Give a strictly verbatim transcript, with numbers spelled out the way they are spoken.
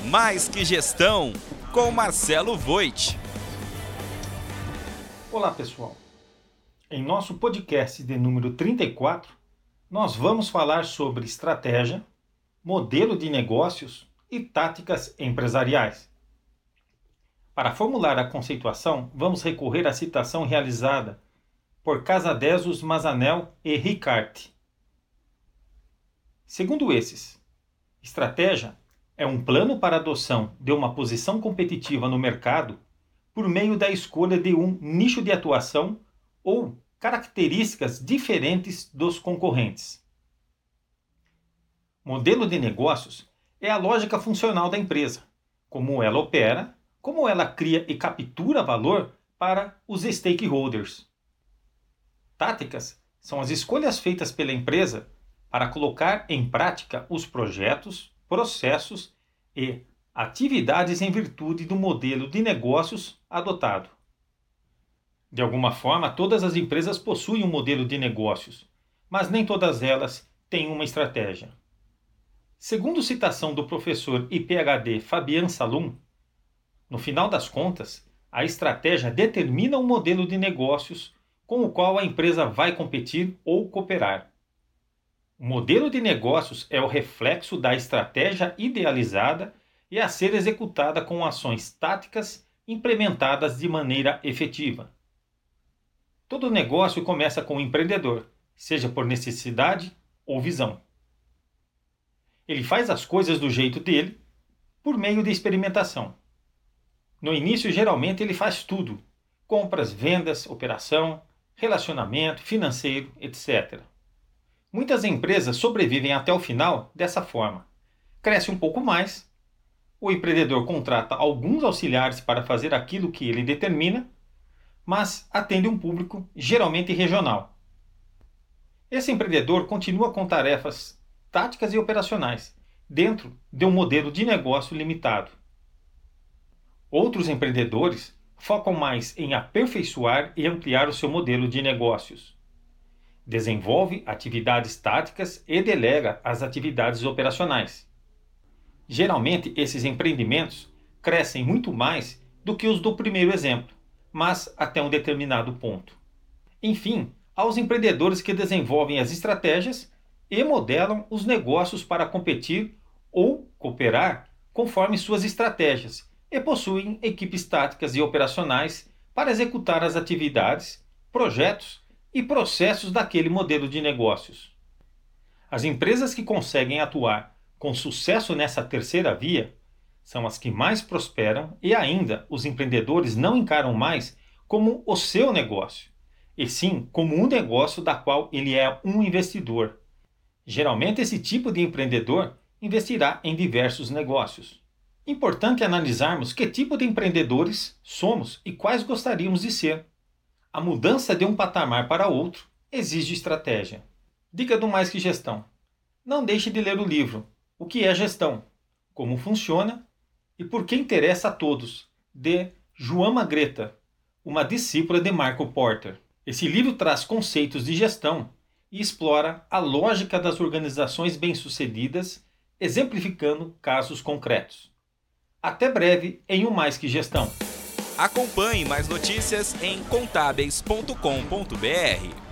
Mais que Gestão, com Marcelo Voit. Olá, pessoal. Em nosso podcast de número trinta e quatro, nós vamos falar sobre estratégia, modelo de negócios e táticas empresariais. Para formular a conceituação, vamos recorrer à citação realizada por Casadesus Mazanel e Ricarte. Segundo esses, estratégia é um plano para a adoção de uma posição competitiva no mercado por meio da escolha de um nicho de atuação ou características diferentes dos concorrentes. Modelo de negócios é a lógica funcional da empresa, como ela opera, como ela cria e captura valor para os stakeholders. Táticas são as escolhas feitas pela empresa para colocar em prática os projetos, processos e atividades em virtude do modelo de negócios adotado. De alguma forma, todas as empresas possuem um modelo de negócios, mas nem todas elas têm uma estratégia. Segundo citação do professor e PhD Fabian Salum, no final das contas, a estratégia determina o modelo de negócios com o qual a empresa vai competir ou cooperar. O modelo de negócios é o reflexo da estratégia idealizada e a ser executada com ações táticas implementadas de maneira efetiva. Todo negócio começa com o empreendedor, seja por necessidade ou visão. Ele faz as coisas do jeito dele, por meio de experimentação. No início, geralmente, ele faz tudo: compras, vendas, operação, relacionamento, financeiro, etcétera. Muitas empresas sobrevivem até o final dessa forma. Cresce um pouco mais, o empreendedor contrata alguns auxiliares para fazer aquilo que ele determina, mas atende um público geralmente regional. Esse empreendedor continua com tarefas táticas e operacionais, dentro de um modelo de negócio limitado. Outros empreendedores focam mais em aperfeiçoar e ampliar o seu modelo de negócios. Desenvolve atividades táticas e delega as atividades operacionais. Geralmente, esses empreendimentos crescem muito mais do que os do primeiro exemplo, mas até um determinado ponto. Enfim, há os empreendedores que desenvolvem as estratégias e modelam os negócios para competir ou cooperar conforme suas estratégias e possuem equipes táticas e operacionais para executar as atividades, projetos e processos daquele modelo de negócios. As empresas que conseguem atuar com sucesso nessa terceira via são as que mais prosperam e ainda os empreendedores não encaram mais como o seu negócio, e sim como um negócio da qual ele é um investidor. Geralmente esse tipo de empreendedor investirá em diversos negócios. Importante analisarmos que tipo de empreendedores somos e quais gostaríamos de ser. A mudança de um patamar para outro exige estratégia. Dica do Mais que Gestão: não deixe de ler o livro O que é Gestão? Como funciona e por que interessa a todos, de Joama Greta, uma discípula de Marco Porter. Esse livro traz conceitos de gestão e explora a lógica das organizações bem-sucedidas, exemplificando casos concretos. Até breve em um Mais que Gestão. Acompanhe mais notícias em contábeis ponto com ponto br.